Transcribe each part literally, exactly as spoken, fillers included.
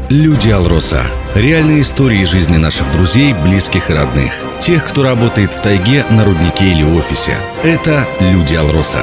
Люди Алроса. Реальные истории жизни наших друзей, близких и родных. Тех, кто работает в тайге, на руднике или офисе. Это Люди Алроса.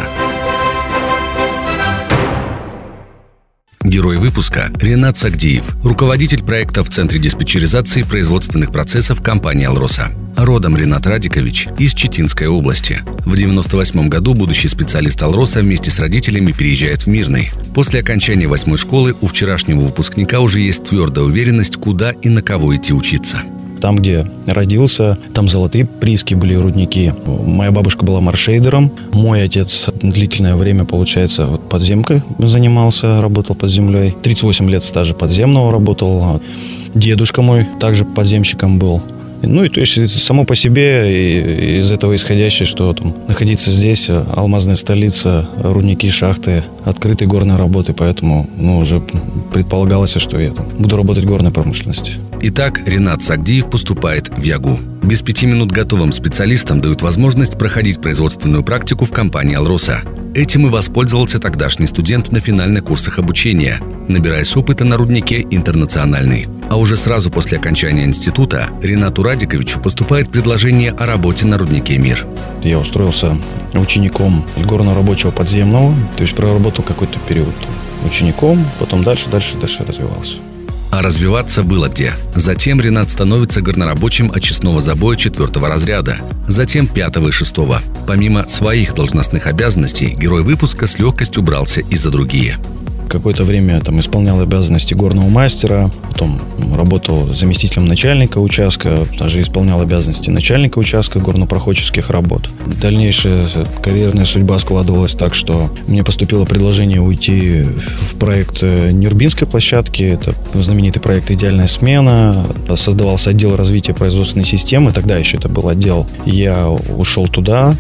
Герой выпуска – Ренат Сагдиев, руководитель проекта в Центре диспетчеризации производственных процессов компании «Алроса». Родом Ренат Радикович из Читинской области. В девяносто восьмом году будущий специалист «Алроса» вместе с родителями переезжает в Мирный. После окончания восьмой школы у вчерашнего выпускника уже есть твердая уверенность, куда и на кого идти учиться. Там, где родился, там золотые прииски были, рудники. Моя бабушка была маршейдером. Мой отец длительное время, получается, вот подземкой занимался, работал под землей. тридцать восемь лет стажа подземного работал. Дедушка мой также подземщиком был. Ну и то есть само по себе из этого исходящее, что там, находиться здесь, алмазная столица, рудники, шахты, открытые горные работы, поэтому ну, уже предполагалось, что я там, буду работать в горной промышленности. Итак, Ренат Сагдиев поступает в ЯГУ. Без пяти минут готовым специалистам дают возможность проходить производственную практику в компании «Алроса». Этим и воспользовался тогдашний студент на финальных курсах обучения, набираясь опыта на руднике «Интернациональный». А уже сразу после окончания института Ренату Радиковичу поступает предложение о работе на руднике «Мир». Я устроился учеником горно-рабочего подземного, то есть проработал какой-то период учеником, потом дальше, дальше, дальше развивался. А развиваться было где. Затем Ренат становится горнорабочим очистного забоя четвертого разряда, затем пятого и шестого. Помимо своих должностных обязанностей, герой выпуска с легкостью брался и за другие. Какое-то время там исполнял обязанности горного мастера, потом работал заместителем начальника участка, даже исполнял обязанности начальника участка горнопроходческих работ. Дальнейшая карьерная судьба складывалась так, что мне поступило предложение уйти в проект Нюрбинской площадки. Это знаменитый проект «Идеальная смена». Создавался отдел развития производственной системы, тогда еще это был отдел. Я ушел туда,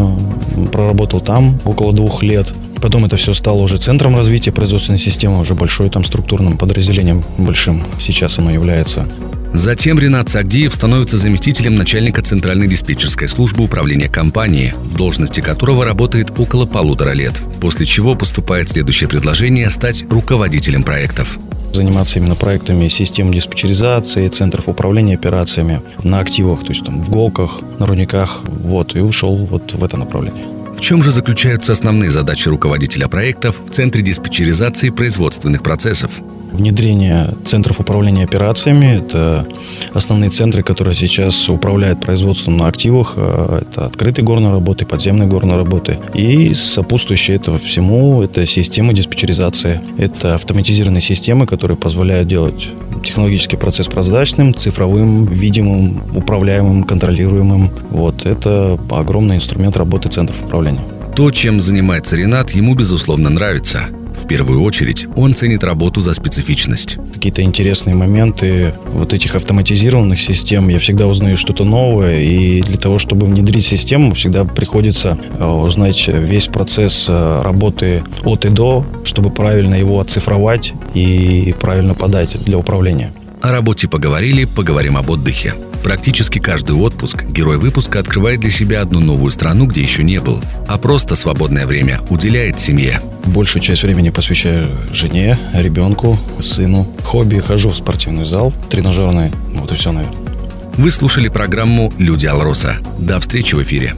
проработал там около двух лет. Потом это все стало уже центром развития производственной системы, уже большой там структурным подразделением большим. Сейчас оно является. Затем Ренат Сагдиев становится заместителем начальника Центральной диспетчерской службы управления компании, в должности которого работает около полутора лет, после чего поступает следующее предложение стать руководителем проектов. Заниматься именно проектами систем диспетчеризации, центров управления операциями на активах, то есть там в голках, на рудниках, вот, и ушел вот в это направление. В чем же заключаются основные задачи руководителя проектов в Центре диспетчеризации производственных процессов? Внедрение центров управления операциями – это основные центры, которые сейчас управляют производством на активах. Это открытые горные работы, подземные горные работы. И сопутствующие этого всему – это системы диспетчеризации. Это автоматизированные системы, которые позволяют делать технологический процесс прозрачным, цифровым, видимым, управляемым, контролируемым. Вот. Это огромный инструмент работы центров управления. То, чем занимается Ренат, ему, безусловно, нравится. В первую очередь, он ценит работу за специфичность. Какие-то интересные моменты вот этих автоматизированных систем, я всегда узнаю что-то новое, и для того, чтобы внедрить систему, всегда приходится узнать весь процесс работы от и до, чтобы правильно его оцифровать и правильно подать для управления. О работе поговорили, поговорим об отдыхе. Практически каждый отпуск герой выпуска открывает для себя одну новую страну, где еще не был, а просто свободное время уделяет семье. Большую часть времени посвящаю жене, ребенку, сыну. Хобби, хожу в спортивный зал, тренажерный, вот и все, наверное. Вы слушали программу «Люди Алроса». До встречи в эфире.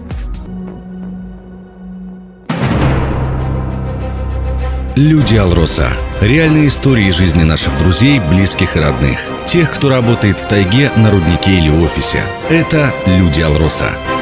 Люди Алроса. Реальные истории жизни наших друзей, близких и родных. Тех, кто работает в тайге, на руднике или офисе. Это Люди Алроса.